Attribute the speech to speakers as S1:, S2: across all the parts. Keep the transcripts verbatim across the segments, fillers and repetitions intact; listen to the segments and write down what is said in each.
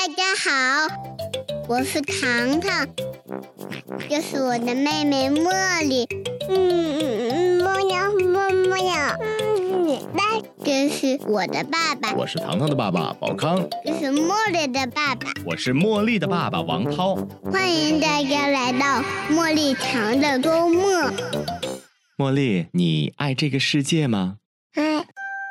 S1: 大家好，我是糖糖，这是我的妹妹茉莉。嗯，茉莉，茉莉，嗯，那这是我的爸爸，
S2: 我是糖糖的爸爸宝康，
S1: 这是茉莉的爸爸，
S2: 我是茉莉的爸爸王涛。
S1: 欢迎大家来到茉莉糖的周末。
S2: 茉莉，你爱这个世界吗？
S1: 爱。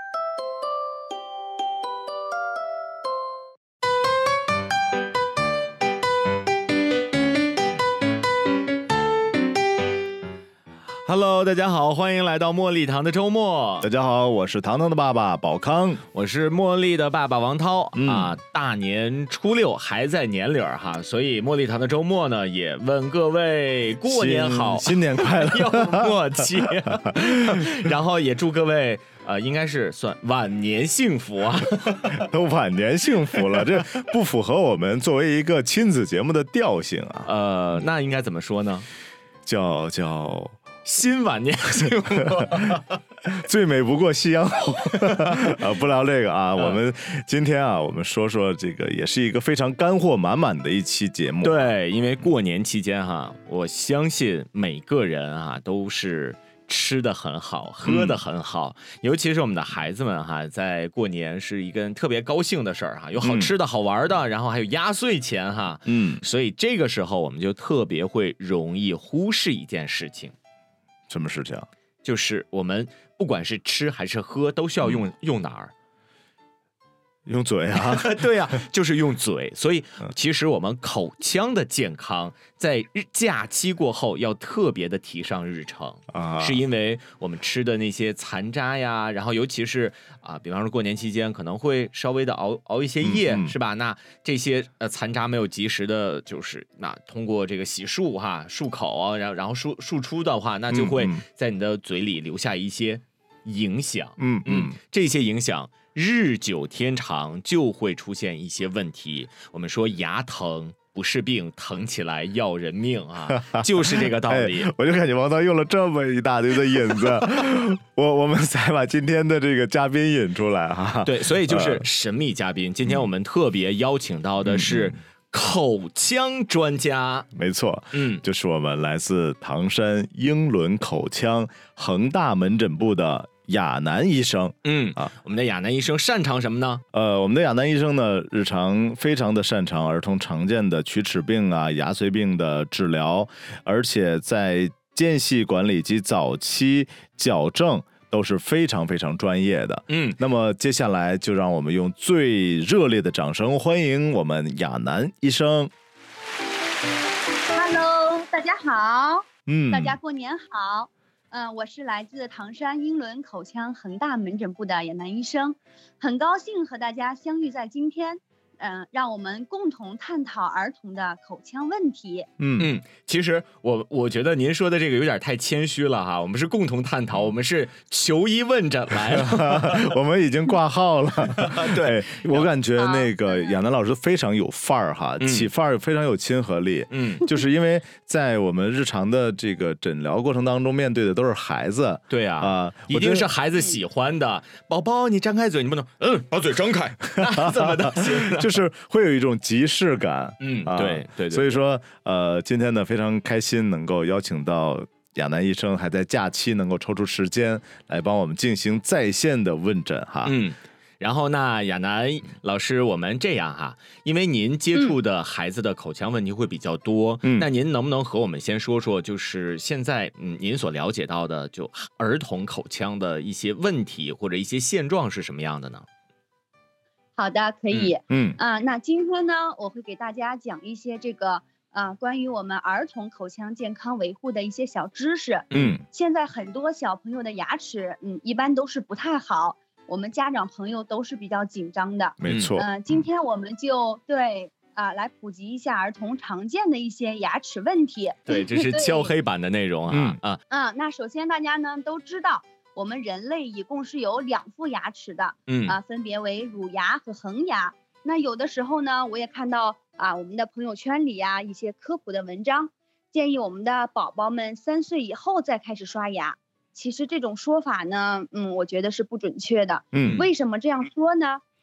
S2: Hello， 大家好，欢迎来到茉莉糖的周末。
S3: 大家好，我是糖糖的爸爸宝康，
S2: 我是茉莉的爸爸王涛、嗯、啊。大年初六还在年里儿哈，所以茉莉糖的周末呢，也问各位过年好，
S3: 新, 新年快乐，
S2: 有默契。然后也祝各位呃，应该是算晚年幸福啊，
S3: 都晚年幸福了，这不符合我们作为一个亲子节目的调性啊。
S2: 呃，那应该怎么说呢？
S3: 叫叫。
S2: 新晚年幸福，
S3: 最美不过夕阳红啊！不聊这个啊，我们今天啊，我们说说这个，也是一个非常干货满满的一期节目。
S2: 对，因为过年期间哈，我相信每个人啊都是吃得很好，喝得很好，嗯、尤其是我们的孩子们哈，在过年是一个特别高兴的事儿哈，有好吃的好玩的，嗯、然后还有压岁钱哈，嗯，所以这个时候我们就特别会容易忽视一件事情。
S3: 什么事情？
S2: 就是我们不管是吃还是喝，都需要用、嗯、用哪儿？
S3: 用嘴啊。
S2: 对呀、啊，就是用嘴。所以其实我们口腔的健康在假期过后要特别的提上日程啊，是因为我们吃的那些残渣呀，然后尤其是啊，比方说过年期间可能会稍微的熬熬一些夜、嗯嗯、是吧？那这些呃残渣没有及时的，就是那通过这个洗漱哈漱口啊，然后然后漱漱出的话，那就会在你的嘴里留下一些影响。嗯嗯，这些影响日久天长就会出现一些问题。我们说牙疼不是病，疼起来要人命啊，就是这个道理。
S3: 哎、我就感觉王涛用了这么一大堆的引子，我我们才把今天的这个嘉宾引出来哈。
S2: 对，所以就是神秘嘉宾。呃、今天我们特别邀请到的是口腔专家，
S3: 嗯、没错，嗯，就是我们来自唐山英伦口腔恒大门诊部的亚楠医生。
S2: 嗯啊，我们的亚楠医生擅长什么呢？
S3: 呃，我们的亚楠医生呢，日常非常的擅长儿童常见的龋齿病啊、牙髓病的治疗，而且在间隙管理及早期矫正都是非常非常专业的。嗯，那么接下来就让我们用最热烈的掌声欢迎我们亚楠医生。
S4: Hello， 大家好。嗯，大家过年好。嗯、呃，我是来自唐山英伦口腔恒大门诊部的亚楠医生，很高兴和大家相遇在今天。嗯、呃，让我们共同探讨儿童的口腔问题。
S2: 嗯嗯，其实我我觉得您说的这个有点太谦虚了哈，我们是共同探讨，我们是求医问诊来了，
S3: 我们已经挂号了。对，我感觉那个亚楠老师非常有范儿哈，嗯、起范儿非常有亲和力。嗯，就是因为在我们日常的这个诊疗过程当中，面对的都是孩子。
S2: 对啊，啊、呃，一定是孩子喜欢的。宝宝，你张开嘴，你不能嗯把嘴张开，怎么的？
S3: 就是会有一种即视感。
S2: 嗯，啊、对, 对, 对对。
S3: 所以说，呃，今天呢非常开心能够邀请到亚楠医生，还在假期能够抽出时间来帮我们进行在线的问诊哈。
S2: 嗯。然后那亚楠老师，我们这样哈，因为您接触的孩子的口腔问题会比较多，嗯，那您能不能和我们先说说，就是现在嗯您所了解到的，就儿童口腔的一些问题或者一些现状是什么样的呢？
S4: 好的，可以，嗯啊、呃，那今天呢，我会给大家讲一些这个啊、呃，关于我们儿童口腔健康维护的一些小知识。嗯，现在很多小朋友的牙齿，嗯，一般都是不太好。我们家长朋友都是比较紧张的，
S3: 没错。
S4: 嗯、呃，今天我们就对啊、呃，来普及一下儿童常见的一些牙齿问题。
S2: 对，这是敲黑板的内容啊。嗯
S4: 啊嗯，那首先大家呢都知道，我们人类一共是有两副牙齿的，嗯啊，分别为乳牙和恒牙。那有的时候呢，我也看到啊，我们的朋友圈里呀、啊、一些科普的文章，建议我们的宝宝们三岁以后再开始刷牙。其实这种说法呢，嗯，我觉得是不准确的。嗯，为什么这样说呢？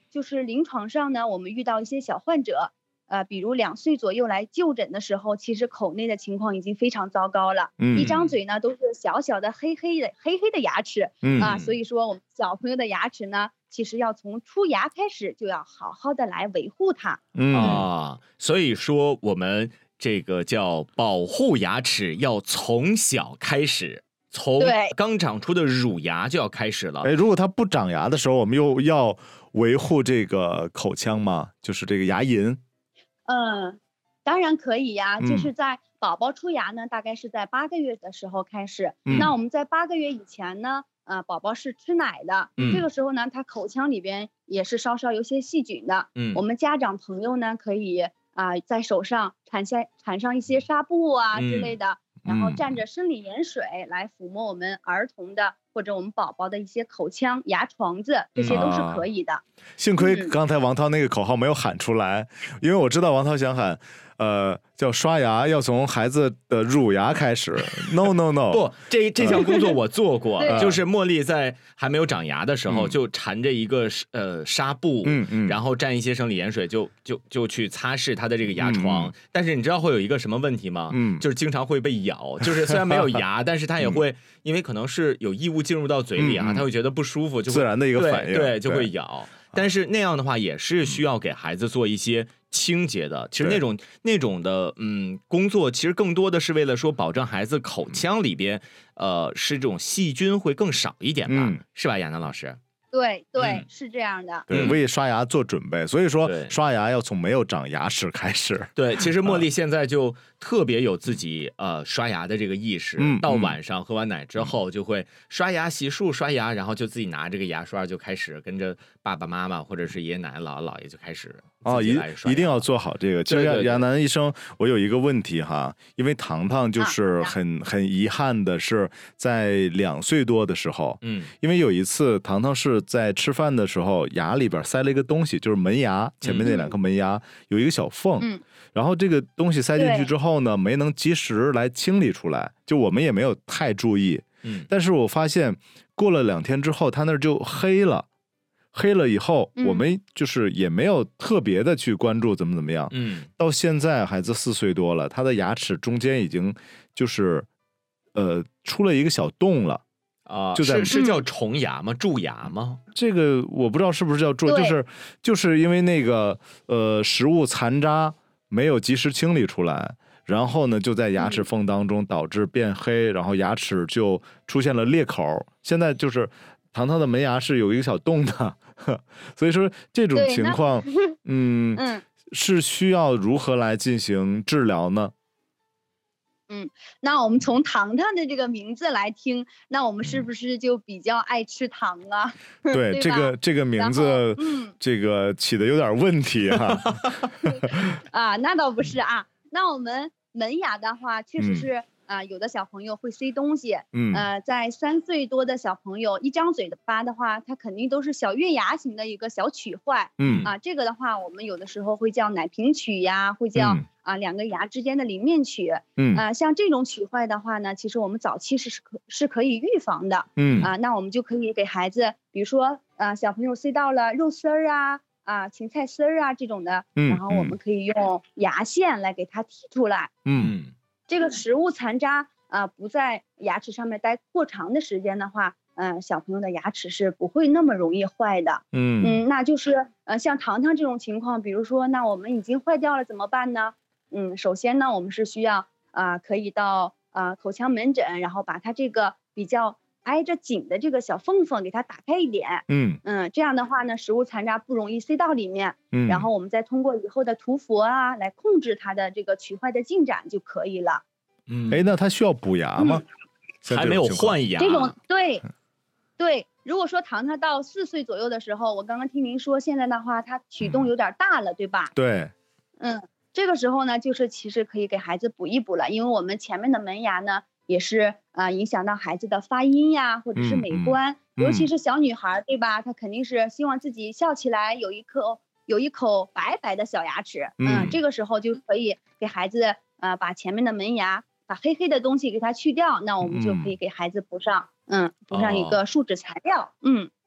S4: 就是临床上呢，我们遇到一些小患者，呃，比如两岁左右来就诊的时候，其实口内的情况已经非常糟糕了，嗯、一张嘴呢都是小小的黑黑的黑黑的牙齿，嗯啊，所以说我们小朋友的牙齿呢，其实要从出牙开始就要好好的来维护它，
S2: 嗯啊，所以说我们这个叫保护牙齿要从小开始。从刚长出的乳牙就要开始了。
S3: 哎，如果它不长牙的时候，我们又要维护这个口腔吗？就是这个牙龈。
S4: 嗯，当然可以呀。嗯、就是在宝宝出牙呢，大概是在八个月的时候开始。嗯、那我们在八个月以前呢，呃，宝宝是吃奶的，嗯、这个时候呢，他口腔里边也是稍稍有些细菌的。嗯，我们家长朋友呢，可以啊、呃，在手上缠下缠上一些纱布啊之类的。嗯然后蘸着生理盐水来抚摸我们儿童的或者我们宝宝的一些口腔、牙床子，这些都是可以的。
S3: 嗯、幸亏刚才王涛那个口号没有喊出来，嗯、因为我知道王涛想喊，呃，叫刷牙要从孩子的乳牙开始。No No No，
S2: 不，这这项工作我做过，就是茉莉在还没有长牙的时候，嗯、就缠着一个呃纱布，嗯嗯，然后蘸一些生理盐水，就就就去擦拭它的这个牙床。嗯、但是你知道会有一个什么问题吗？嗯，就是经常会被咬，就是虽然没有牙，但是它也会、嗯、因为可能是有异物进入到嘴里啊，它会觉得不舒服，就
S3: 自然的一个反应，
S2: 对，对就会咬。但是那样的话也是需要给孩子做一些清洁的，其实那种那种的嗯工作，其实更多的是为了说保证孩子口腔里边呃是这种细菌会更少一点吧，嗯、是吧，亚楠老师？
S4: 对对、嗯，是这样的。
S3: 对，为刷牙做准备，所以说刷牙要从没有长牙齿开始。
S2: 对，其实茉莉现在就特别有自己呃刷牙的这个意识，嗯、到晚上喝完奶之后就会刷牙、洗漱、刷牙，然后就自己拿这个牙刷就开始跟着爸爸妈妈或者是爷爷奶奶、姥姥姥爷就开始
S3: 哦，一一定要做好这个。其实亚楠医生，我有一个问题哈，因为糖糖就是很、啊、很遗憾的是在两岁多的时候，嗯，因为有一次糖糖是在吃饭的时候牙里边塞了一个东西，就是门牙前面那两颗门牙、嗯、有一个小缝，嗯，然后这个东西塞进去之后呢，没能及时来清理出来，就我们也没有太注意，嗯，但是我发现过了两天之后，它那儿就黑了。黑了以后，我们就是也没有特别的去关注怎么怎么样。嗯，到现在孩子四岁多了，他的牙齿中间已经就是呃出了一个小洞了
S2: 啊，就在是是叫虫牙吗？蛀牙吗？
S3: 这个我不知道是不是叫蛀，就是就是因为那个呃食物残渣没有及时清理出来，然后呢就在牙齿缝当中导致变黑，然后牙齿就出现了裂口。现在就是糖糖的门牙是有一个小洞的。所以说这种情况，嗯嗯，是需要如何来进行治疗呢？
S4: 嗯，那我们从糖糖的这个名字来听，那我们是不是就比较爱吃糖啊？
S3: 对，对这个这个名字，嗯，这个起的有点问题哈。
S4: 啊，那倒不是啊，那我们门牙的话，确实是。嗯啊、呃，有的小朋友会塞东西，嗯，呃，在三岁多的小朋友一张嘴的巴的话，它肯定都是小月牙型的一个小龋坏，嗯，啊、呃，这个的话，我们有的时候会叫奶瓶龋呀，会叫啊、嗯呃、两个牙之间的邻面龋，嗯，啊、呃，像这种龋坏的话呢，其实我们早期是是可是可以预防的，嗯，啊、呃，那我们就可以给孩子，比如说啊、呃，小朋友塞到了肉丝儿啊。啊，芹菜丝儿啊这种的，嗯，然后我们可以用牙线来给它剔出来，嗯。这个食物残渣啊、呃，不在牙齿上面待过长的时间的话，嗯、呃，小朋友的牙齿是不会那么容易坏的。嗯嗯，那就是呃，像糖糖这种情况，比如说，那我们已经坏掉了怎么办呢？嗯，首先呢，我们是需要啊、呃，可以到啊、呃、口腔门诊，然后把它这个比较挨着紧的这个小缝缝给它打开一点。嗯嗯，这样的话呢，食物残渣不容易塞到里面。嗯，然后我们再通过以后的涂氟啊，来控制它的这个龋坏的进展就可以了。
S3: 嗯，哎，那他需要补牙吗？
S2: 嗯、还没有换牙。
S4: 这种对，对。如果说糖糖到四岁左右的时候，我刚刚听您说，现在的话它龋洞有点大了，嗯、对吧？
S3: 对。
S4: 嗯，这个时候呢，就是其实可以给孩子补一补了，因为我们前面的门牙呢，也是啊、呃、影响到孩子的发音呀，或者是美观，嗯嗯、尤其是小女孩，对吧？她肯定是希望自己笑起来有一颗有一口白白的小牙齿。嗯，嗯这个时候就可以给孩子呃把前面的门牙。把黑黑的东西给它去掉，那我们就可以给孩子补上，嗯，嗯补上一个树脂材料，嗯。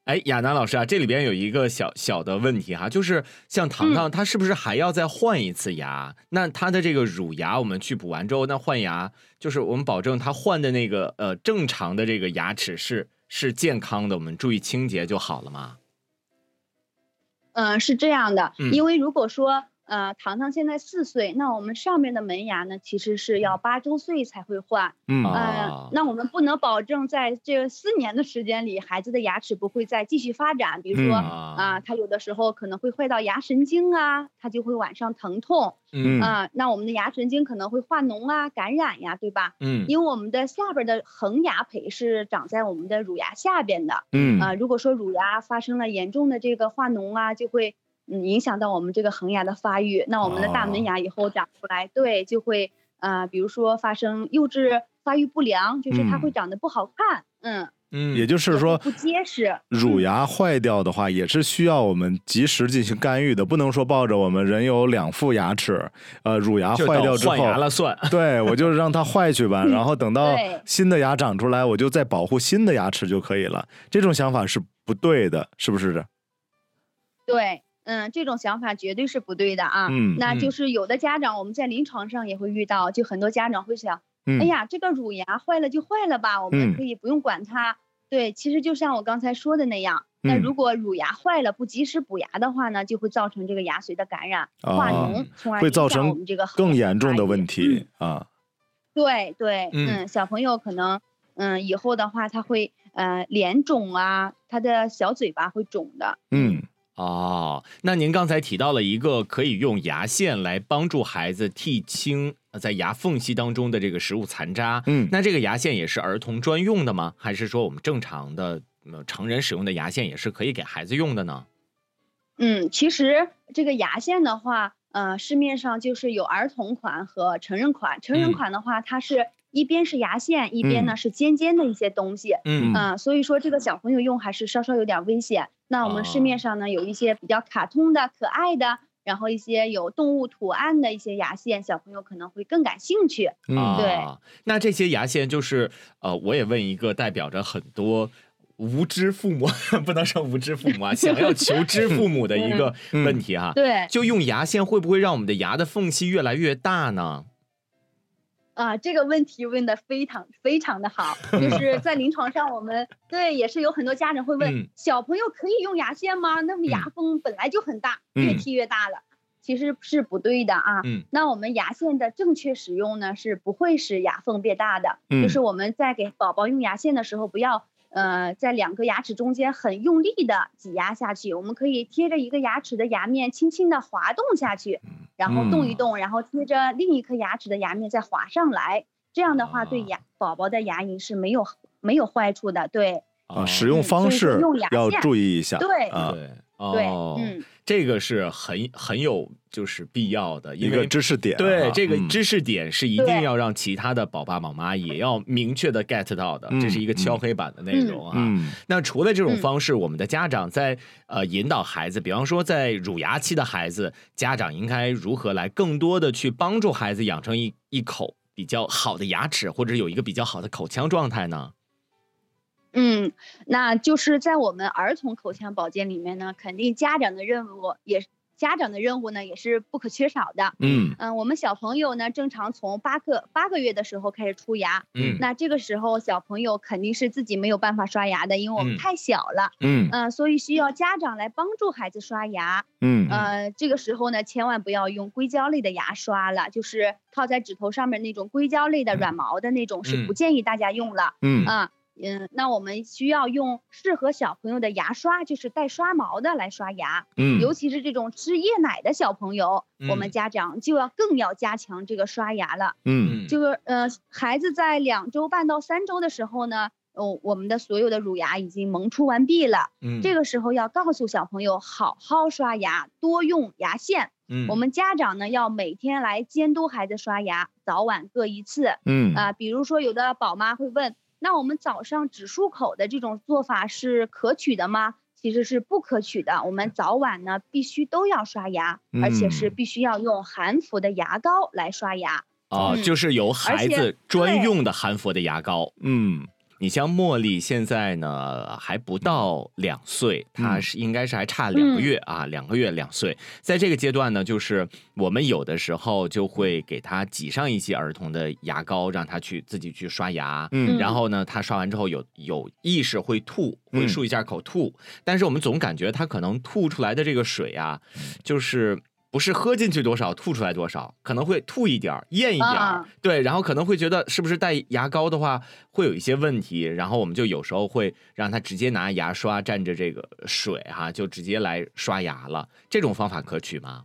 S2: 哎，亚楠老师啊，这里边有一个小小的问题哈，就是像糖糖，他是不是还要再换一次牙？嗯、那他的这个乳牙，我们去补完之后，那换牙，就是我们保证他换的那个呃正常的这个牙齿是是健康的，我们注意清洁就好了吗？
S4: 嗯、呃，是这样的，嗯、因为如果说。呃，糖糖现在四岁，那我们上面的门牙呢，其实是要八周岁才会换。嗯，呃，那我们不能保证在这四年的时间里，孩子的牙齿不会再继续发展。比如说啊、嗯呃，他有的时候可能会坏到牙神经啊，他就会晚上疼痛。嗯啊、呃，那我们的牙神经可能会化脓啊、感染呀，对吧？嗯，因为我们的下边的恒牙胚是长在我们的乳牙下边的。嗯啊、呃，如果说乳牙发生了严重的这个化脓啊，就会。嗯，影响到我们这个恒牙的发育，那我们的大门牙以后长出来，哦、对，就会啊、呃，比如说发生幼稚发育不良，就是它会长得不好看，嗯
S3: 嗯，也就是说
S4: 不结实。
S3: 乳牙坏掉的话，也是需要我们及时进行干预的，不能说抱着我们人有两副牙齿，呃，乳牙坏掉之后，
S2: 换牙了算，
S3: 对，我就让它坏去吧，然后等到新的牙长出来，我就再保护新的牙齿就可以了。这种想法是不对的，是不是？
S4: 对。嗯，这种想法绝对是不对的啊。嗯，那就是有的家长，我们在临床上也会遇到，就很多家长会想，嗯、哎呀，这个乳牙坏了就坏了吧，我们可以不用管它。嗯、对，其实就像我刚才说的那样，嗯、那如果乳牙坏了不及时补牙的话呢，就会造成这个牙髓的感染、哦、化脓，从而
S3: 会造成我们这个更严重的问题、嗯、啊。
S4: 对对，嗯, 嗯，小朋友可能，嗯，以后的话他会呃脸肿啊，他的小嘴巴会肿的。
S3: 嗯。
S2: 哦，那您刚才提到了一个可以用牙线来帮助孩子剔清在牙缝隙当中的这个食物残渣，嗯，那这个牙线也是儿童专用的吗？还是说我们正常的、呃、成人使用的牙线也是可以给孩子用的呢？
S4: 嗯，其实这个牙线的话，呃，市面上就是有儿童款和成人款。成人款的话，它是一边是牙线，一边呢是尖尖的一些东西，嗯啊、呃，所以说这个小朋友用还是稍稍有点危险。那我们市面上呢有一些比较卡通的、可爱的，然后一些有动物图案的一些牙线，小朋友可能会更感兴趣。嗯，对。
S2: 那这些牙线就是呃，我也问一个代表着很多无知父母，不能说无知父母啊，想要求知父母的一个问题哈。
S4: 嗯、对，
S2: 就用牙线会不会让我们的牙的缝隙越来越大呢？
S4: 啊，这个问题问的非常非常的好，就是在临床上我们对也是有很多家长会问，嗯、小朋友可以用牙线吗？那么牙缝本来就很大，嗯、越剔越大了，其实是不对的啊。嗯、那我们牙线的正确使用呢，是不会使牙缝变大的，嗯、就是我们在给宝宝用牙线的时候，不要呃在两个牙齿中间很用力的挤压下去，我们可以贴着一个牙齿的牙面轻轻的滑动下去。然后动一动，嗯、然后贴着另一颗牙齿的牙面再滑上来，这样的话对牙宝宝的牙龈是没有没有坏处的。对
S3: 啊，使用方式要注意一下。
S4: 对
S2: 啊，对对，嗯，这个是很很有就是必要的
S3: 一个知识点。
S2: 对，这个知识点是一定要让其他的宝爸宝妈也要明确的 get 到的，这是一个敲黑板的内容啊。那除了这种方式，我们的家长在呃引导孩子，比方说在乳牙期的孩子，家长应该如何来更多的去帮助孩子养成一一口比较好的牙齿，或者有一个比较好的口腔状态呢？
S4: 嗯，那就是在我们儿童口腔保健里面呢，肯定家长的任务也是家长的任务呢也是不可缺少的。嗯嗯、呃，我们小朋友呢正常从八个八个月的时候开始出牙，嗯，那这个时候小朋友肯定是自己没有办法刷牙的，因为我们太小了，嗯嗯、呃，所以需要家长来帮助孩子刷牙。嗯呃，这个时候呢千万不要用硅胶类的牙刷了，就是套在指头上面那种硅胶类的软毛的那种是不建议大家用了。嗯啊。嗯，那我们需要用适合小朋友的牙刷，就是带刷毛的来刷牙。嗯，尤其是这种吃夜奶的小朋友，嗯、我们家长就要更要加强这个刷牙了。嗯，这个呃，孩子在两周半到三周的时候呢，哦，我们的所有的乳牙已经萌出完毕了。嗯，这个时候要告诉小朋友好好刷牙，多用牙线。嗯，我们家长呢要每天来监督孩子刷牙，早晚各一次。嗯啊、呃，比如说有的宝妈会问，那我们早上只漱口的这种做法是可取的吗？其实是不可取的。我们早晚呢必须都要刷牙，嗯、而且是必须要用含氟的牙膏来刷牙。
S2: 哦，嗯、就是有孩子专用的含氟的牙膏。嗯， 你像茉莉现在呢还不到两岁，她是应该是还差两个月、嗯、啊，两个月两岁。在这个阶段呢，就是我们有的时候就会给她挤上一些儿童的牙膏，让她去自己去刷牙。嗯，然后呢，她刷完之后有有意识会吐，会漱一下口吐，嗯、但是我们总感觉她可能吐出来的这个水啊，就是不是喝进去多少吐出来多少，可能会吐一点咽一点、啊、对，然后可能会觉得是不是带牙膏的话会有一些问题，然后我们就有时候会让他直接拿牙刷蘸着这个水哈、啊，就直接来刷牙了。这种方法可取吗？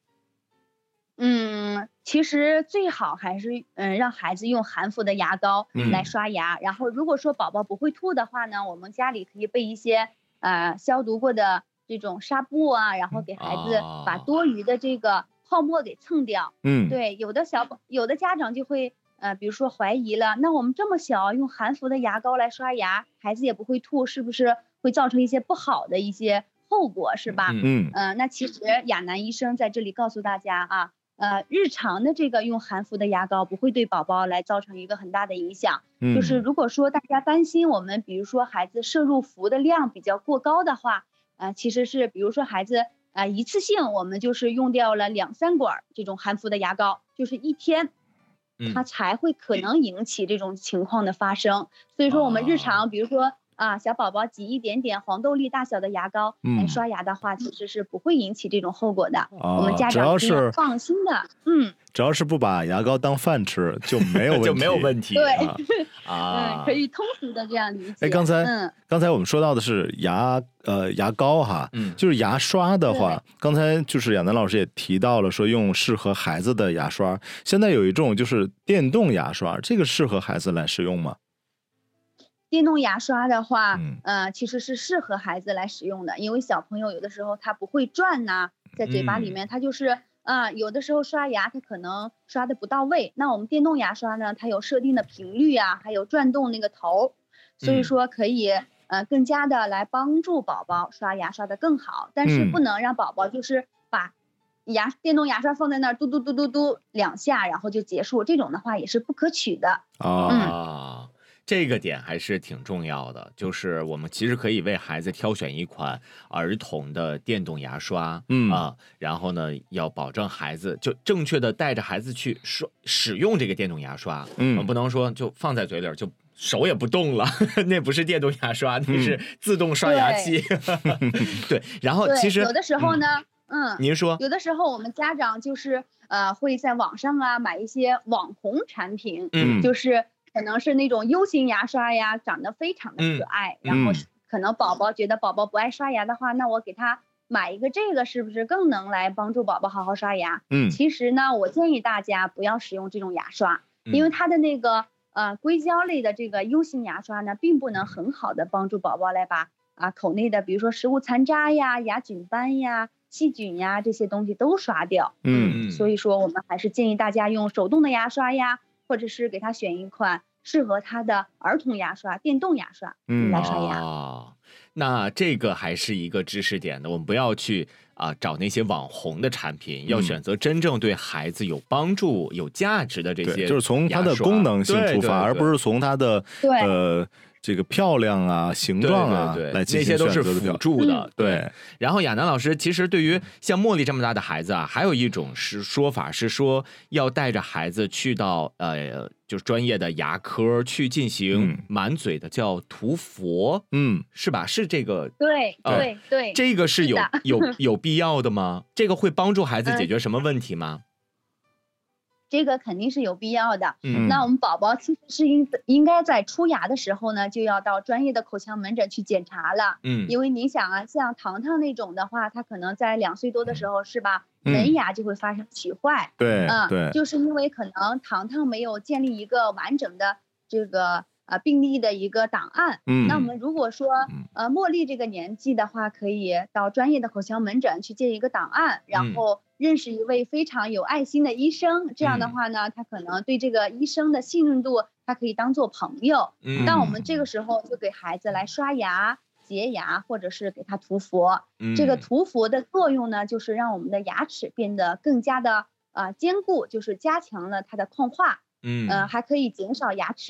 S4: 嗯，其实最好还是嗯让孩子用含氟的牙膏来刷牙、嗯、然后如果说宝宝不会吐的话呢，我们家里可以备一些呃消毒过的这种纱布啊，然后给孩子把多余的这个泡沫给蹭掉。嗯，对，有的小宝有的家长就会呃，比如说怀疑了，那我们这么小用含氟的牙膏来刷牙，孩子也不会吐，是不是会造成一些不好的一些后果，是吧？嗯，呃、那其实亚楠医生在这里告诉大家啊，呃，日常的这个用含氟的牙膏不会对宝宝来造成一个很大的影响。嗯，就是如果说大家担心我们比如说孩子摄入氟的量比较过高的话，呃，其实是比如说孩子呃一次性我们就是用掉了两三管这种含氟的牙膏，就是一天它才会可能引起这种情况的发生、嗯、所以说我们日常比如说啊，小宝宝挤一点点黄豆粒大小的牙膏来刷牙的话、嗯、其实是不会引起这种后果的、哦、我们家长一定要放心的。嗯，
S3: 只要是不把牙膏当饭吃就没有问题
S2: 就没有问题。
S4: 对
S2: 啊，
S4: 嗯，可以通俗的这样理解。
S3: 哎，刚才、嗯、刚才我们说到的是牙呃牙膏哈，嗯，就是牙刷的话，刚才就是亚楠老师也提到了说用适合孩子的牙刷，现在有一种就是电动牙刷，这个适合孩子来使用吗？
S4: 电动牙刷的话、嗯、呃，其实是适合孩子来使用的，因为小朋友有的时候他不会转呐、啊，在嘴巴里面他就是、嗯、呃，有的时候刷牙他可能刷的不到位，那我们电动牙刷呢，它有设定的频率啊，还有转动那个头，所以说可以、嗯、呃更加的来帮助宝宝刷牙刷得更好，但是不能让宝宝就是把牙电动牙刷放在那儿嘟嘟嘟嘟嘟两下然后就结束，这种的话也是不可取的。
S2: 啊、嗯，这个点还是挺重要的，就是我们其实可以为孩子挑选一款儿童的电动牙刷，嗯啊，然后呢，要保证孩子就正确的带着孩子去刷使用这个电动牙刷，嗯，我们不能说就放在嘴里就手也不动了，那不是电动牙刷，那是自动刷牙器。嗯、对, 对，然后其实
S4: 有的时候呢，嗯，
S2: 嗯您说，
S4: 有的时候我们家长就是呃会在网上啊买一些网红产品，嗯，就是。可能是那种 U 型牙刷呀，长得非常的可爱、嗯、然后可能宝宝觉得宝宝不爱刷牙的话、嗯、那我给他买一个这个是不是更能来帮助宝宝好好刷牙？嗯，其实呢我建议大家不要使用这种牙刷、嗯、因为它的那个呃硅胶类的这个 U 型牙刷呢并不能很好的帮助宝宝来把啊口内的比如说食物残渣呀、牙菌斑呀、细菌呀这些东西都刷掉。嗯，所以说我们还是建议大家用手动的牙刷呀，或者是给他选一款适合他的儿童牙刷、电动牙刷，嗯，来刷牙。
S2: 哦，那这个还是一个知识点的，我们不要去啊、呃、找那些网红的产品，要选择真正对孩子有帮助、有价值的这些，
S3: 就是从它的功能性出发，而不是从它的呃。这个漂亮啊、形状啊，
S2: 对对对
S3: 来进行
S2: 选择的，那些都是辅助的。
S3: 嗯、对, 对。
S2: 然后亚楠老师，其实对于像茉莉这么大的孩子啊，还有一种是说法是说，要带着孩子去到呃，就是专业的牙科去进行满嘴的叫涂氟，嗯，是吧？是这个？
S4: 对对、呃、对。
S2: 这个是有是有有必要的吗？这个会帮助孩子解决什么问题吗？嗯，
S4: 这个肯定是有必要的。嗯，那我们宝宝其实是应应该在出牙的时候呢，就要到专业的口腔门诊去检查了。嗯，因为你想啊，像糖糖那种的话，他可能在两岁多的时候，是吧？嗯、门牙就会发生龋坏。
S3: 对，嗯，对，
S4: 就是因为可能糖糖没有建立一个完整的这个呃病例的一个档案。嗯，那我们如果说呃茉莉这个年纪的话，可以到专业的口腔门诊去建一个档案，然后认识一位非常有爱心的医生，这样的话呢，他可能对这个医生的信任度，他可以当做朋友。嗯，那我们这个时候就给孩子来刷牙、洁牙，或者是给他涂氟。嗯，这个涂氟的作用呢，就是让我们的牙齿变得更加的呃坚固，就是加强了它的矿化。嗯，呃，还可以减少牙齿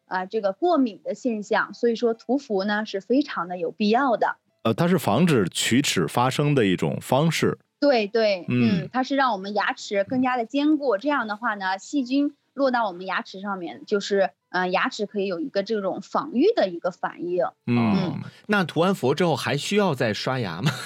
S4: 啊、呃、这个过敏的现象，所以说涂氟呢是非常的有必要的。
S3: 呃，它是防止龋齿发生的一种方式。
S4: 对对，嗯, 嗯，它是让我们牙齿更加的坚固，这样的话呢，细菌落到我们牙齿上面，就是呃牙齿可以有一个这种防御的一个反应。
S2: 嗯，嗯那涂完氟之后还需要再刷牙吗？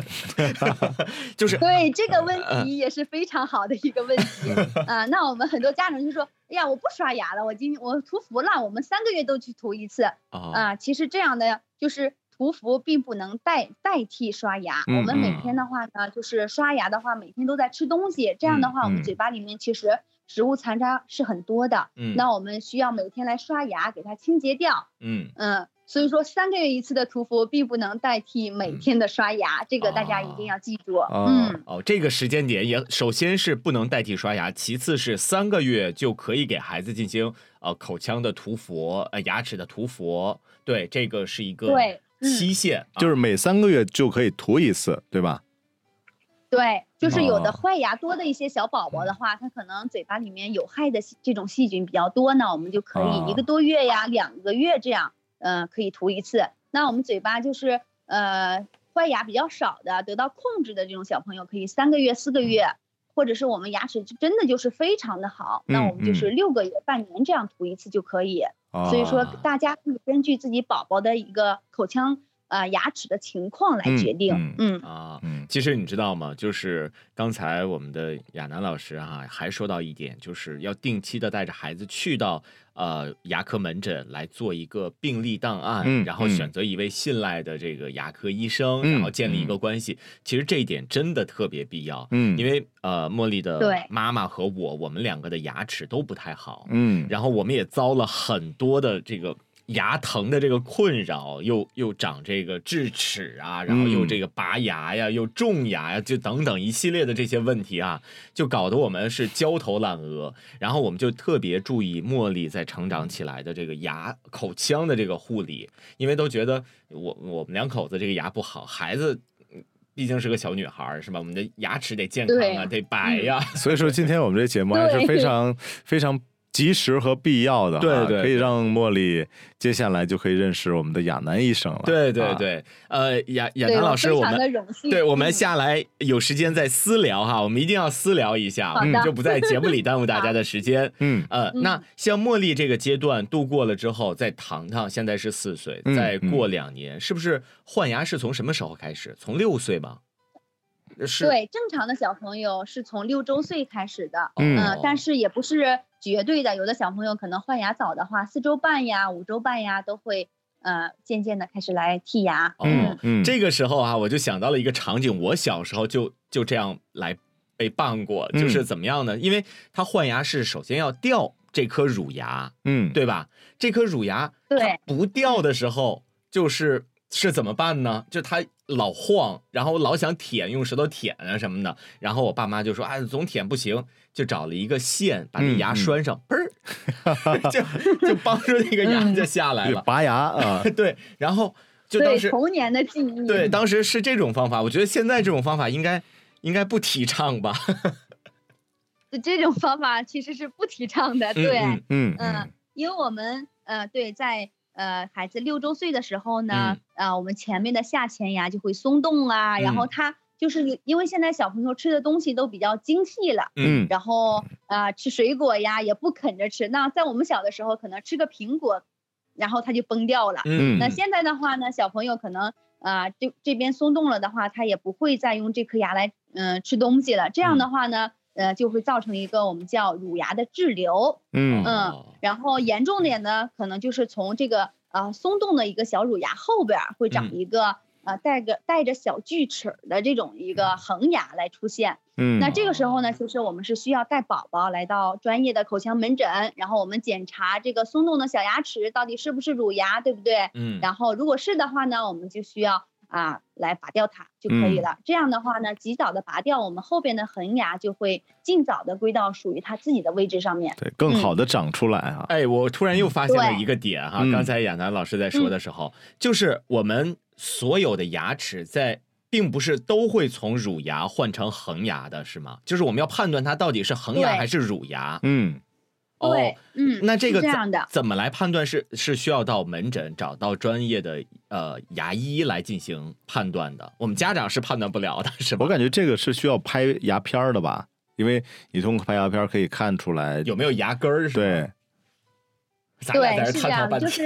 S2: 就是
S4: 对这个问题也是非常好的一个问题啊、呃。那我们很多家长就说，哎呀，我不刷牙了，我今天我涂氟了，我们三个月都去涂一次啊、哦呃。其实这样的就是。涂氟并不能代代替刷牙、嗯，我们每天的话呢、嗯，就是刷牙的话，每天都在吃东西，这样的话，我们嘴巴里面其实食物残渣是很多的，嗯，那我们需要每天来刷牙，给它清洁掉，嗯嗯，所以说三个月一次的涂氟并不能代替每天的刷牙，嗯、这个大家一定要记住，
S2: 哦、嗯，哦，这个时间点也首先是不能代替刷牙，其次是三个月就可以给孩子进行呃口腔的涂氟，呃牙齿的涂氟，对，这个是一个
S4: 对。
S2: 期限、
S3: 嗯、就是每三个月就可以涂一次，对吧？
S4: 对，就是有的坏牙多的一些小宝宝的话，他可能嘴巴里面有害的这种细菌比较多呢，我们就可以一个多月呀、两个月这样，呃，可以涂一次。那我们嘴巴就是呃坏牙比较少的、得到控制的这种小朋友，可以三个月、四个月，或者是我们牙齿真的就是非常的好，那我们就是六个月、半年这样涂一次就可以。所以说，大家可以根据自己宝宝的一个口腔呃牙齿的情况来决定。嗯, 嗯
S2: 啊，其实你知道吗？就是刚才我们的亚楠老师啊，还说到一点，就是要定期的带着孩子去到呃牙科门诊来做一个病历档案，嗯、然后选择一位信赖的这个牙科医生，嗯、然后建立一个关系。嗯、其实这一点真的特别必要。嗯，因为呃茉莉的妈妈和我，我们两个的牙齿都不太好。嗯，然后我们也遭了很多的这个牙疼的这个困扰，又又长这个智齿啊，然后又这个拔牙呀，又种牙呀，就等等一系列的这些问题啊，就搞得我们是焦头烂额。然后我们就特别注意茉莉在成长起来的这个牙口腔的这个护理，因为都觉得我我们两口子这个牙不好，孩子毕竟是个小女孩，是吧？我们的牙齿得健康啊，得白呀。
S3: 所以说今天我们这节目还是非常非常及时和必要的，
S2: 对对，
S3: 可以让茉莉接下来就可以认识我们的亚楠医生了。
S2: 对对对，啊、呃，亚亚楠老师，我们对，我们下来有时间再私聊哈，我们一定要私聊一下，嗯，就不在节目里耽误大家的时间。嗯呃，那像茉莉这个阶段度过了之后，在糖糖现在是四岁，嗯、再过两年、嗯，是不是换牙是从什么时候开始？从六岁吗？
S4: 对，正常的小朋友是从六周岁开始的，嗯、呃，但是也不是绝对的，有的小朋友可能换牙早的话，四周半呀、五周半呀都会呃渐渐的开始来剔牙。
S2: 嗯嗯，这个时候啊，我就想到了一个场景，我小时候就就这样来被办过，就是怎么样呢？嗯、因为他换牙是首先要掉这颗乳牙，嗯，对吧？这颗乳牙
S4: 对
S2: 不掉的时候，就是是怎么办呢？就他老晃，然后老想舔，用舌头舔啊什么的，然后我爸妈就说：“哎，总舔不行，就找了一个线，把那牙拴上，嘣、嗯、儿、嗯，就就帮助那个牙就下来了，
S3: 嗯、拔牙啊，
S2: 对，然后就当时
S4: 童年的记忆，
S2: 对，当时是这种方法，我觉得现在这种方法应该应该不提倡吧？
S4: 这种方法其实是不提倡的，对，嗯 嗯, 嗯, 嗯，因为我们呃，对，在。呃，孩子六周岁的时候呢，啊、嗯呃，我们前面的下前牙就会松动啊，嗯、然后他就是因为现在小朋友吃的东西都比较精细了，嗯，然后啊、呃、吃水果呀也不啃着吃，那在我们小的时候可能吃个苹果，然后他就崩掉了，嗯，那现在的话呢，小朋友可能啊、呃、这这边松动了的话，他也不会再用这颗牙来嗯、呃、吃东西了，这样的话呢。嗯呃，就会造成一个我们叫乳牙的滞留，嗯嗯，然后严重点呢，可能就是从这个呃松动的一个小乳牙后边会长一个、嗯、呃带个带着小锯齿的这种一个恒牙来出现，嗯，那这个时候呢，其实我们是需要带宝宝来到专业的口腔门诊，然后我们检查这个松动的小牙齿到底是不是乳牙，对不对？嗯，然后如果是的话呢，我们就需要。啊，来拔掉它就可以了、嗯。这样的话呢，及早的拔掉，我们后边的恒牙就会尽早的归到属于它自己的位置上面，
S3: 对，更好的长出来啊。
S2: 嗯、哎，我突然又发现了一个点哈，刚才亚楠老师在说的时候、嗯，就是我们所有的牙齿在，并不是都会从乳牙换成恒牙的，是吗？就是我们要判断它到底是恒牙还是乳牙。嗯。
S4: 对，嗯，
S2: 那这个
S4: 这样的
S2: 怎么来判断是是需要到门诊找到专业的呃牙医来进行判断的？我们家长是判断不了的，是吧？
S3: 我感觉这个是需要拍牙片的吧，因为你通过拍牙片可以看出来
S2: 有没有牙根儿，是吧？
S3: 对，
S4: 对，是这样，就是。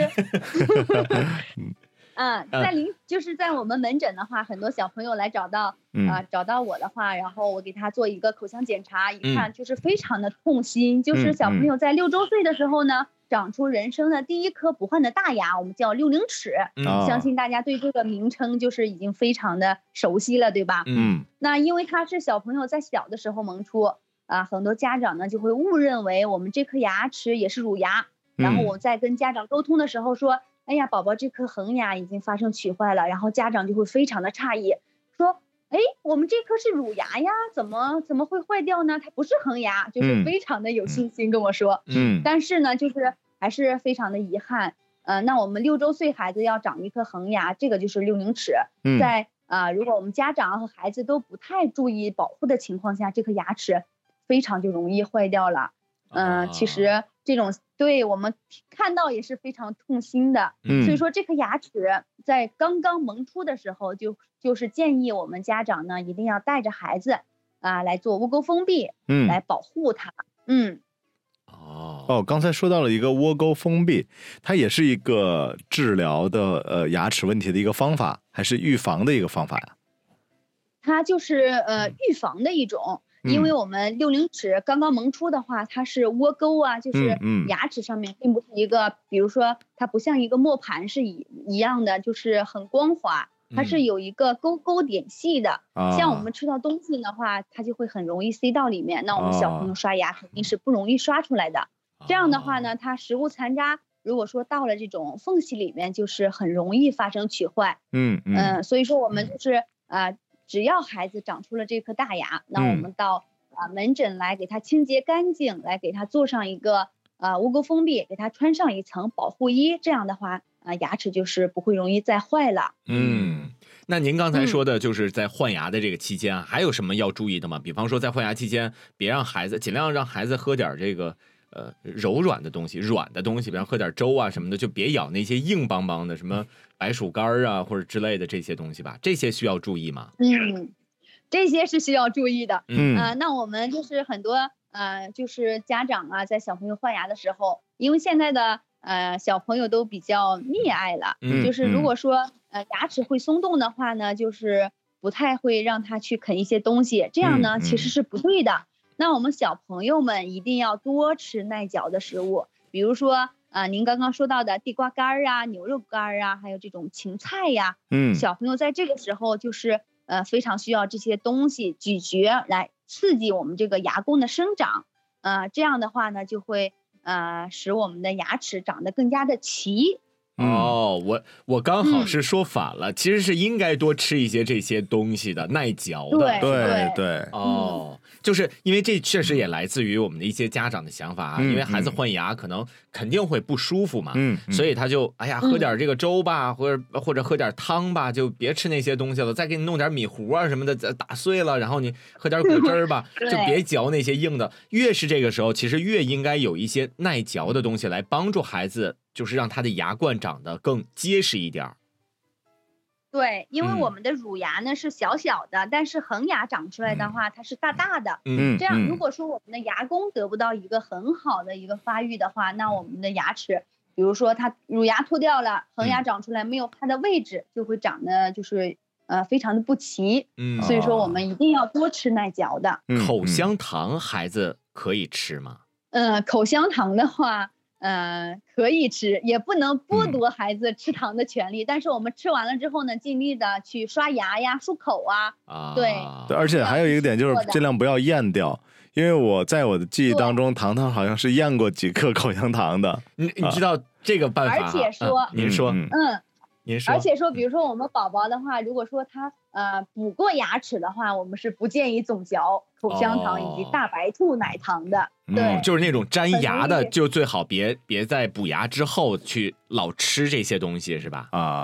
S4: 嗯，在临就是在我们门诊的话，很多小朋友来找到啊、嗯呃，找到我的话，然后我给他做一个口腔检查，一看就是非常的痛心，嗯、就是小朋友在六周岁的时候呢，长出人生的第一颗不换的大牙，我们叫六龄齿，嗯、相信大家对这个名称就是已经非常的熟悉了，对吧？
S3: 嗯，
S4: 那因为他是小朋友在小的时候萌出啊，很多家长呢就会误认为我们这颗牙齿也是乳牙，然后我在跟家长沟通的时候说。哎呀，宝宝这颗恒牙已经发生龋坏了，然后家长就会非常的诧异，说，哎，我们这颗是乳牙呀，怎么怎么会坏掉呢？它不是恒牙，就是非常的有信心跟我说，
S3: 嗯，
S4: 但是呢，就是还是非常的遗憾，呃，那我们六周岁孩子要长一颗恒牙，这个就是六龄齿，
S3: 嗯、
S4: 在啊、呃，如果我们家长和孩子都不太注意保护的情况下，这颗牙齿非常就容易坏掉了，嗯、呃，其实这种。对我们看到也是非常痛心的，
S3: 嗯，
S4: 所以说这颗牙齿在刚刚萌出的时候，就就是建议我们家长呢一定要带着孩子啊来做窝沟封闭，
S3: 嗯，
S4: 来保护它，嗯，
S3: 哦哦，刚才说到了一个窝沟封闭，它也是一个治疗的呃牙齿问题的一个方法，还是预防的一个方法呀？
S4: 它就是呃预防的一种。因为我们六龄齿刚刚萌出的话，它是窝沟啊，就是牙齿上面并不是一个，嗯嗯、比如说它不像一个磨盘是一一样的，就是很光滑，它是有一个沟沟点细的。嗯、像我们吃到东西的话，它就会很容易塞到里面。那我们小朋友刷牙肯定是不容易刷出来的。这样的话呢，它食物残渣如果说到了这种缝隙里面，就是很容易发生龋坏。
S3: 嗯嗯、
S4: 呃，所以说我们就是啊。呃只要孩子长出了这颗大牙，那我们到啊、呃、门诊来给他清洁干净，来给他做上一个呃窝沟封闭，给他穿上一层保护衣，这样的话啊、呃、牙齿就是不会容易再坏了。
S2: 嗯，那您刚才说的就是在换牙的这个期间、嗯、还有什么要注意的吗？比方说在换牙期间，别让孩子尽量让孩子喝点这个呃柔软的东西，软的东西，比方喝点粥啊什么的，就别咬那些硬邦邦的什么白薯干啊或者之类的这些东西吧，这些需要注意吗？
S4: 嗯，这些是需要注意的。
S3: 嗯、
S4: 呃、那我们就是很多呃就是家长啊，在小朋友换牙的时候，因为现在的呃小朋友都比较溺爱了，
S3: 嗯、
S4: 就是如果说呃牙齿会松动的话呢，就是不太会让他去啃一些东西，这样呢、嗯、其实是不对的。那我们小朋友们一定要多吃耐嚼的食物，比如说啊、呃，您刚刚说到的地瓜干啊、牛肉干啊，还有这种芹菜呀，
S3: 嗯，
S4: 小朋友在这个时候就是呃非常需要这些东西咀嚼来刺激我们这个牙弓的生长，呃，这样的话呢，就会呃使我们的牙齿长得更加的齐。
S2: 哦，我我刚好是说反了、嗯，其实是应该多吃一些这些东西的，耐嚼的。
S4: 对
S3: 对对。
S2: 哦、嗯，就是因为这确实也来自于我们的一些家长的想法啊，嗯、因为孩子换牙可能肯定会不舒服嘛，
S3: 嗯，
S2: 所以他就哎呀喝点这个粥吧，嗯、或者或者喝点汤吧，就别吃那些东西了，再给你弄点米糊啊什么的打碎了，然后你喝点果汁吧，就别嚼那些硬的。越是这个时候，其实越应该有一些耐嚼的东西来帮助孩子。就是让他的牙冠长得更结实一点。
S4: 对，因为我们的乳牙呢、嗯、是小小的，但是恒牙长出来的话、嗯、它是大大的。
S3: 嗯，
S4: 这样如果说我们的牙弓得不到一个很好的一个发育的话，那我们的牙齿，比如说它乳牙脱掉了，恒牙长出来没有它的位置，就会长得就是呃非常的不齐。嗯，所以说我们一定要多吃耐嚼的。
S2: 嗯、口香糖孩子可以吃吗？
S4: 呃，口香糖的话。呃，可以吃，也不能剥夺孩子吃糖的权利、嗯、但是我们吃完了之后呢，尽力的去刷牙呀、漱口啊。
S2: 啊，
S4: 对
S3: 对，而且还有一个点就是尽量不要咽掉，因为我在我的记忆当中，糖糖好像是咽过几颗口香糖的。
S2: 你你知道这个办法？
S4: 而且说，
S2: 啊、您说，
S4: 嗯。
S2: 您说，
S4: 而且说，比如说我们宝宝的话，如果说他呃补过牙齿的话，我们是不建议总嚼口香糖以及大白兔奶糖的。
S2: 哦、
S4: 对、
S2: 嗯，就是那种粘牙的，就最好别别在补牙之后去老吃这些东西，是吧？
S3: 啊，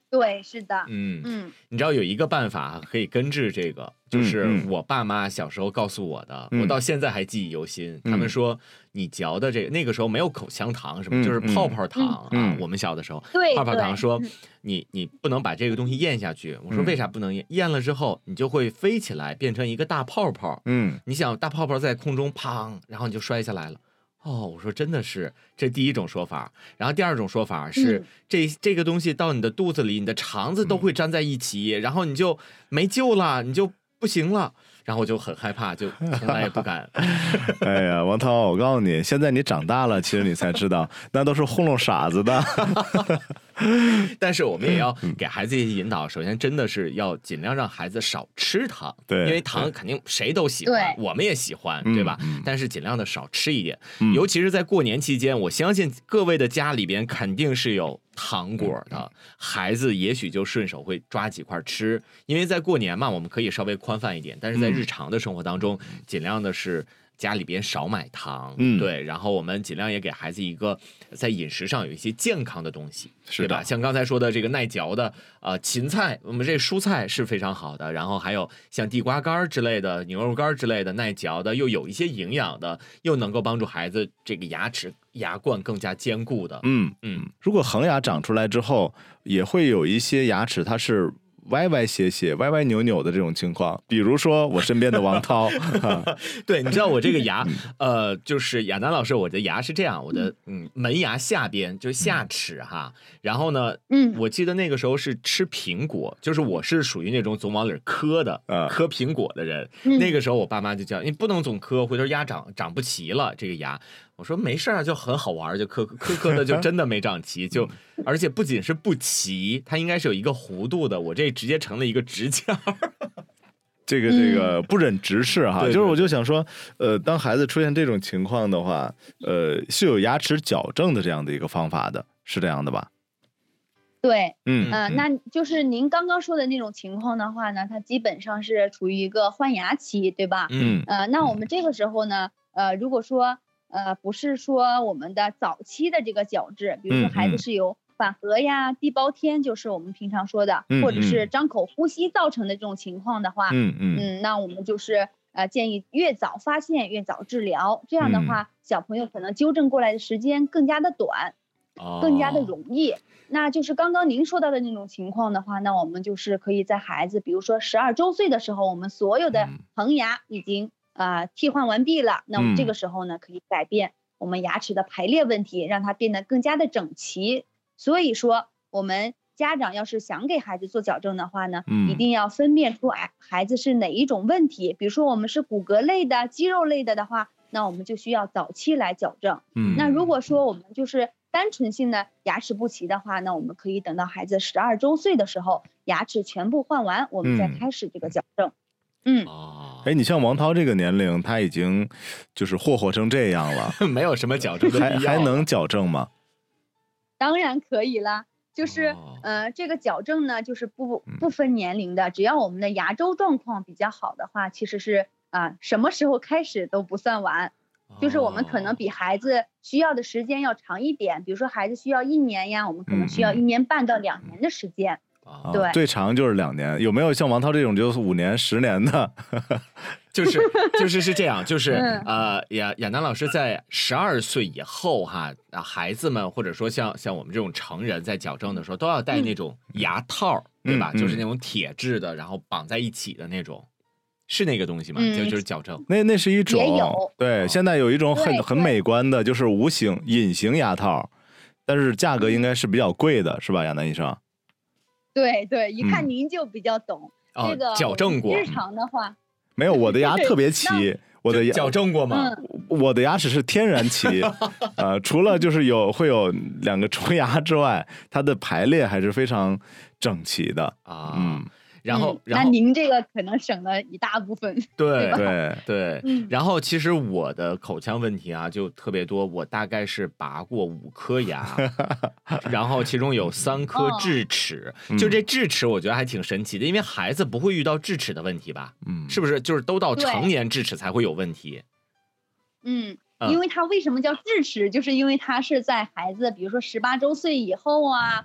S4: 对，是的，
S2: 嗯嗯，你知道有一个办法可以根治这个，就是我爸妈小时候告诉我的，嗯、我到现在还记忆犹新。嗯、他们说你嚼的这个，那个时候没有口香糖什么，嗯、就是泡泡糖、嗯、啊。嗯、我们小的时候，
S4: 对
S2: 泡泡糖说你你不能把这个东西咽下去。我说为啥不能咽？咽了之后你就会飞起来，变成一个大泡泡。嗯，你想大泡泡在空中砰，然后你就摔下来了。哦，我说真的是，这第一种说法。然后第二种说法是，嗯、这这个东西到你的肚子里，你的肠子都会粘在一起，嗯、然后你就没救了，你就不行了。然后我就很害怕，就从来也不敢。
S3: 哎呀，王涛，我告诉你，现在你长大了，其实你才知道，那都是糊弄傻子的。
S2: 但是我们也要给孩子一些引导，首先真的是要尽量让孩子少吃糖，
S3: 对，
S2: 因为糖肯定谁都喜欢，我们也喜欢，对吧？嗯、但是尽量的少吃一点，嗯、尤其是在过年期间，我相信各位的家里边肯定是有糖果的，孩子也许就顺手会抓几块吃，因为在过年嘛，我们可以稍微宽泛一点，但是在日常的生活当中，嗯、尽量的是家里边少买糖，嗯，对，然后我们尽量也给孩子一个在饮食上有一些健康的东西，对吧？像刚才说的这个耐嚼的呃芹菜，我们这蔬菜是非常好的，然后还有像地瓜干之类的、牛肉干之类的，耐嚼的又有一些营养的，又能够帮助孩子这个牙齿牙冠更加坚固的。
S3: 嗯嗯，如果恒牙长出来之后，也会有一些牙齿它是歪歪斜斜、歪歪扭扭的这种情况，比如说我身边的王涛，
S2: 对，你知道我这个牙，呃，就是亚楠老师，我的牙是这样，我的嗯门牙下边就是下齿哈，然后呢，嗯，我记得那个时候是吃苹果，就是我是属于那种总往里磕的，磕苹果的人，嗯、那个时候我爸妈就叫你不能总磕，回头牙长长不齐了，这个牙。我说没事啊，就很好玩，就磕磕磕的，就真的没长齐，就而且不仅是不齐，它应该是有一个弧度的，我这直接成了一个直角。
S3: 这个这个不忍直视哈，嗯、就是我就想说，呃，当孩子出现这种情况的话，呃，是有牙齿矫正的这样的一个方法的，是这样的吧？
S4: 对，嗯呃，那就是您刚刚说的那种情况的话呢，它基本上是处于一个换牙期，对吧？嗯，呃，那我们这个时候呢，呃，如果说呃，不是说我们的早期的这个矫治，比如说孩子是有反颌呀、地包天，就是我们平常说的，嗯、或者是张口呼吸造成的这种情况的话，嗯嗯嗯，那我们就是呃建议越早发现越早治疗，这样的话，嗯、小朋友可能纠正过来的时间更加的短，哦、更加的容易。那就是刚刚您说到的那种情况的话，那我们就是可以在孩子，比如说十二周岁的时候，我们所有的恒牙已经。啊、呃，替换完毕了，那我们这个时候呢，可以改变我们牙齿的排列问题，让它变得更加的整齐。所以说，我们家长要是想给孩子做矫正的话呢，嗯、一定要分辨出哎孩子是哪一种问题。比如说我们是骨骼类的、肌肉类的的话，那我们就需要早期来矫正。嗯，那如果说我们就是单纯性的牙齿不齐的话，那我们可以等到孩子十二周岁的时候，牙齿全部换完，我们再开始这个矫正。嗯。
S3: 嗯哎，你像王涛这个年龄，他已经就是霍霍成这样了，
S2: 没有什么矫正的必要，
S3: 还还能矫正吗？
S4: 当然可以啦，就是、哦、呃，这个矫正呢，就是不不分年龄的，只要我们的牙周状况比较好的话，其实是啊、呃，什么时候开始都不算晚。就是我们可能比孩子需要的时间要长一点，比如说孩子需要一年呀，我们可能需要一年半到两年的时间。嗯
S3: 啊、对，最长就是两年，有没有像王涛这种就是五年、十年的？
S2: 就是就是是这样，就是呃，亚亚楠老师在十二岁以后哈，孩子们或者说像像我们这种成人在矫正的时候，都要戴那种牙套，嗯、对吧？嗯、就是那种铁质的，然后绑在一起的那种，是那个东西吗？嗯、就就是矫正。
S3: 那那是一种，对，现在有一种很很美观的，就是无形隐形牙套，但是价格应该是比较贵的，是吧，亚楠医生？
S4: 对对，一看您就比比懂、嗯、这个
S2: 矫正过。
S4: 日常的话，
S3: 没有，我的牙特别齐，我的牙
S2: 矫正过吗？
S3: 嗯、我的牙齿是天然齐，呃，除了就是有会有两个虫牙之外，它的排列还是非常整齐的啊。嗯。
S2: 然后，
S4: 嗯、
S2: 然后
S4: 那您这个可能省了一大部分，
S2: 对
S3: 对
S2: 对。嗯、然后，其实我的口腔问题啊，就特别多。我大概是拔过五颗牙，然后其中有三颗智齿。哦、就这智齿，我觉得还挺神奇的，因为孩子不会遇到智齿的问题吧？嗯，是不是？就是都到成年智齿才会有问题。
S4: 嗯，因为它为什么叫智齿？就是因为它是在孩子，比如说十八周岁以后啊。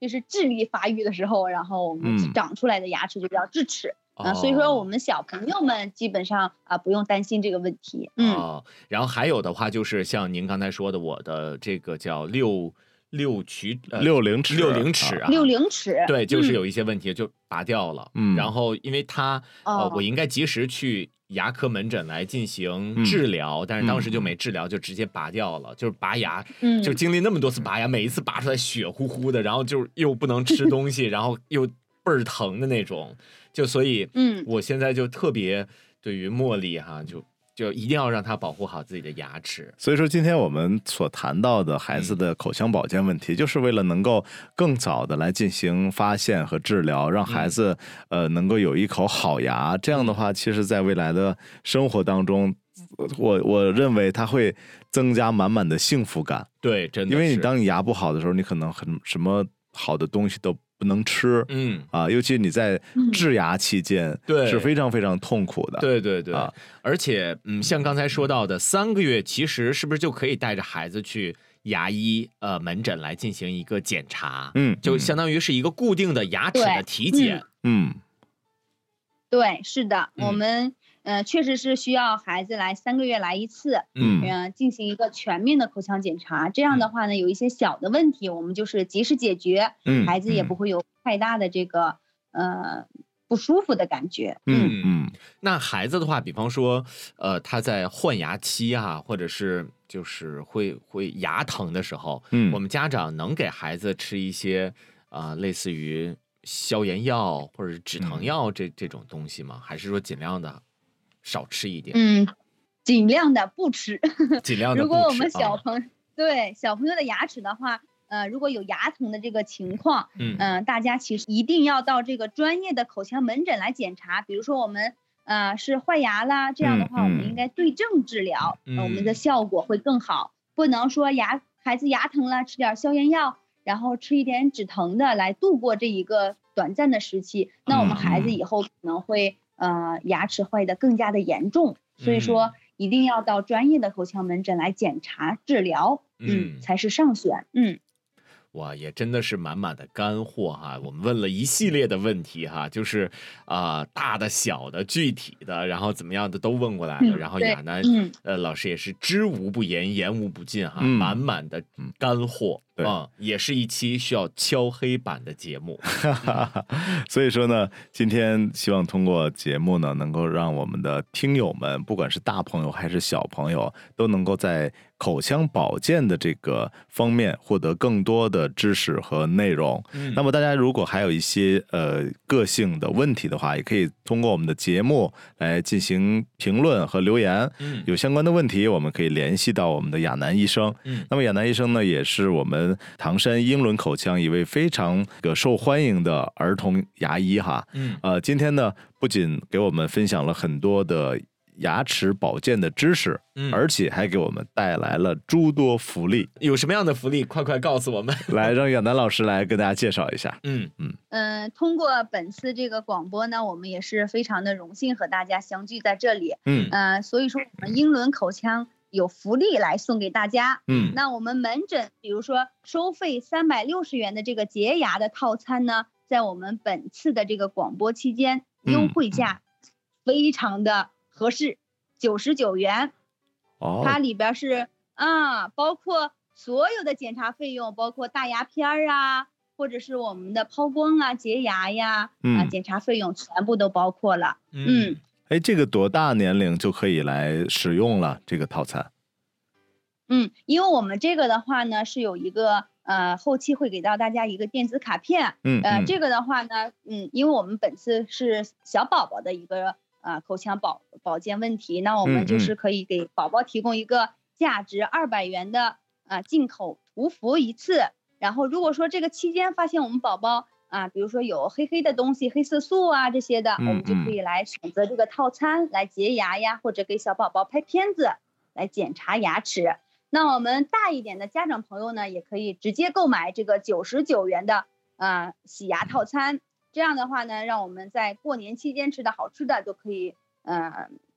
S4: 就是智力发育的时候，然后我们长出来的牙齿就叫智齿。啊、呃，所以说我们小朋友们基本上啊、呃、不用担心这个问题。嗯、
S2: 哦，然后还有的话就是像您刚才说的，我的这个叫六六龋、呃、
S3: 六龄齿
S2: 六龄齿啊，
S4: 六龄齿，
S2: 对，就是有一些问题就拔掉了。嗯，然后因为它、
S4: 嗯、
S2: 呃，我应该及时去牙科门诊来进行治疗，嗯、但是当时就没治疗，就直接拔掉了，就是拔牙，嗯、就经历那么多次拔牙，每一次拔出来血乎乎的，然后就又不能吃东西，然后又倍儿疼的那种。就所以，嗯，我现在就特别对于茉莉哈，就就一定要让她保护好自己的牙齿。
S3: 所以说，今天我们所谈到的孩子的口腔保健问题，嗯、就是为了能够更早的来进行发现和治疗，让孩子、嗯、呃能够有一口好牙。这样的话，其实在未来的生活当中，我我认为它会增加满满的幸福感。
S2: 对，真的，
S3: 因为你当你牙不好的时候，你可能很什么好的东西都不能吃，嗯啊，尤其你在治牙期间，对、嗯，是非常非常痛苦的。
S2: 对对对，啊、而且嗯，像刚才说到的，三个月其实是不是就可以带着孩子去牙医呃门诊来进行一个检查？嗯，就相当于是一个固定的牙齿的体检。
S3: 嗯，嗯
S4: 对，是的，嗯、我们。呃，确实是需要孩子来三个月来一次，嗯，呃，进行一个全面的口腔检查。这样的话呢，有一些小的问题，我们就是及时解决，嗯，孩子也不会有太大的这个呃不舒服的感觉。
S2: 嗯嗯。那孩子的话，比方说，呃，他在换牙期啊，或者是就是会会牙疼的时候，嗯，我们家长能给孩子吃一些啊、呃，类似于消炎药或者是止疼药这、嗯、这种东西吗？还是说尽量的？少吃一点，
S4: 嗯，尽量的不吃，
S2: 尽量的不吃。
S4: 如果我们小朋友、啊、对小朋友的牙齿的话，呃，如果有牙疼的这个情况，嗯、呃，大家其实一定要到这个专业的口腔门诊来检查。比如说我们呃是坏牙啦，这样的话、嗯、我们应该对症治疗，嗯、呃，我们的效果会更好。不能说牙孩子牙疼了，吃点消炎药，然后吃一点止疼的来度过这一个短暂的时期，那我们孩子以后可能会。呃，牙齿坏的更加的严重，所以说一定要到专业的口腔门诊来检查治疗，嗯，嗯才是上选，嗯。
S2: 哇，也真的是满满的干货哈！我们问了一系列的问题哈，就是啊、呃，大的、小的、具体的，然后怎么样的都问过来了。嗯、然后亚楠、嗯、呃老师也是知无不言，言无不尽哈，嗯、满满的干货。
S3: 对
S2: 啊、嗯，也是一期需要敲黑板的节目。
S3: 所以说呢，今天希望通过节目呢，能够让我们的听友们，不管是大朋友还是小朋友，都能够在口腔保健的这个方面获得更多的知识和内容。嗯、那么大家如果还有一些呃个性的问题的话，也可以通过我们的节目来进行评论和留言。嗯、有相关的问题，我们可以联系到我们的亚楠医生。嗯、那么亚楠医生呢，也是我们唐山英伦口腔一位非常受欢迎的儿童牙医哈。嗯，呃，今天呢，不仅给我们分享了很多的牙齿保健的知识，嗯，而且还给我们带来了诸多福利。
S2: 有什么样的福利？快快告诉我们！
S3: 来，让亚楠老师来跟大家介绍一下。
S4: 嗯嗯嗯、呃，通过本次这个广播呢，我们也是非常的荣幸和大家相聚在这里。嗯呃，所以说我们英伦口腔有福利来送给大家。嗯，那我们门诊，比如说收费三百六十元的这个洁牙的套餐呢，在我们本次的这个广播期间，优惠价非常的合适，九十九元。哦，它里边是啊，包括所有的检查费用，包括大牙片啊，或者是我们的抛光啊、洁牙呀，嗯、啊，检查费用全部都包括了。嗯。嗯
S3: 哎，这个多大年龄就可以来使用了这个套餐？
S4: 嗯，因为我们这个的话呢，是有一个呃，后期会给到大家一个电子卡片。嗯，呃，嗯这个的话呢，嗯，因为我们本次是小宝宝的一个呃口腔保保健问题，那我们就是可以给宝宝提供一个价值二百元的呃进口涂氟一次。然后如果说这个期间发现我们宝宝啊，比如说有黑黑的东西，黑色素啊这些的，嗯嗯我们就可以来选择这个套餐来洁牙呀，或者给小宝宝拍片子来检查牙齿。那我们大一点的家长朋友呢，也可以直接购买这个九十九元的呃洗牙套餐。这样的话呢，让我们在过年期间吃的好吃的都可以呃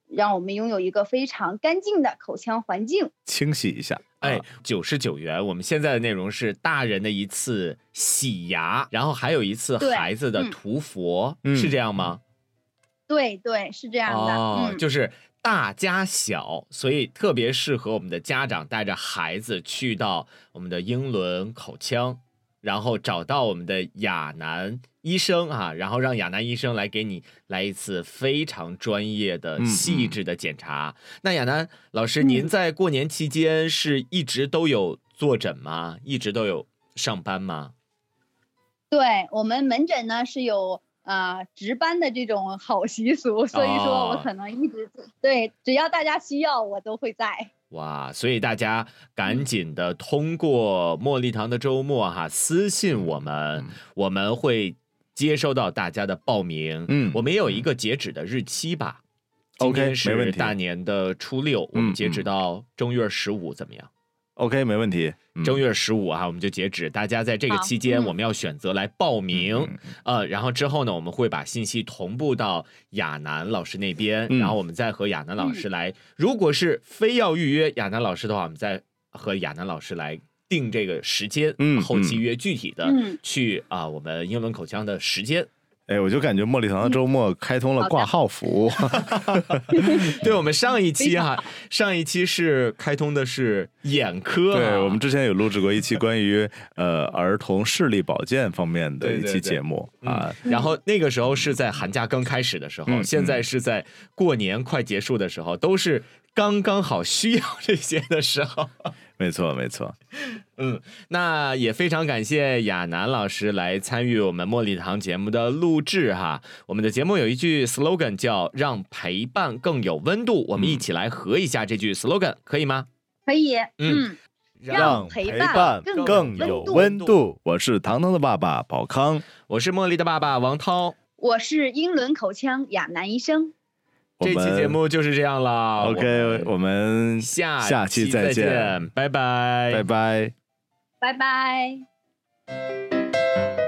S4: 让我们拥有一个非常干净的口腔环境，
S3: 清洗一下。
S2: 哎，九十九元。我们现在的内容是大人的一次洗牙，然后还有一次孩子的涂佛，嗯、是这样吗？
S4: 对对，是这样的。
S2: 哦，
S4: 嗯、
S2: 就是大加小，所以特别适合我们的家长带着孩子去到我们的英伦口腔，然后找到我们的亚楠医生啊，然后让亚楠医生来给你来一次非常专业的、细致的检查。嗯嗯那亚楠老师，您在过年期间是一直都有坐诊吗？一直都有上班吗？
S4: 对，我们门诊呢是有呃值班的这种好习俗，所以说我可能一直、哦、对，只要大家需要我都会在。
S2: 哇，所以大家赶紧的通过茉莉堂的周末哈私信我们、嗯、我们会接收到大家的报名。嗯，我们也有一个截止的日期吧。今天是大年的初六， okay, 我们截止到正月十五，怎么样？
S3: OK， 没问题。
S2: 嗯、正月十五啊，我们就截止。大家在这个期间，我们要选择来报名、嗯、呃，然后之后呢，我们会把信息同步到亚楠老师那边、嗯，然后我们再和亚楠老师来。嗯、如果是非要预约亚楠老师的话，我们再和亚楠老师来定这个时间，嗯，后期约具体的、嗯、去啊、呃，我们英伦口腔的时间。
S3: 哎，我就感觉茉莉堂的周末开通了挂号服务。
S2: 对，我们上一期哈，上一期是开通的是眼科、啊。
S3: 对，我们之前有录制过一期关于呃儿童视力保健方面的一期节目。对对对啊、
S2: 嗯。然后那个时候是在寒假刚开始的时候、嗯，现在是在过年快结束的时候，都是刚刚好需要这些的时候。
S3: 没错没错。
S2: 嗯，那也非常感谢亚楠老师来参与我们茉莉堂节目的录制哈。我们的节目有一句 slogan 叫让陪伴更有温度，我们一起来合一下这句 slogan、嗯、可以吗？
S4: 可以。
S2: 嗯，
S4: 让陪伴
S3: 更有温度。我是糖糖的爸爸宝康，
S2: 我是茉莉的爸爸王涛，
S4: 我是英伦口腔亚楠医生。
S2: 这期节目就是这样了。
S3: OK， 我们
S2: 下
S3: 下期再见，
S2: 拜拜
S3: 拜拜
S4: 拜拜。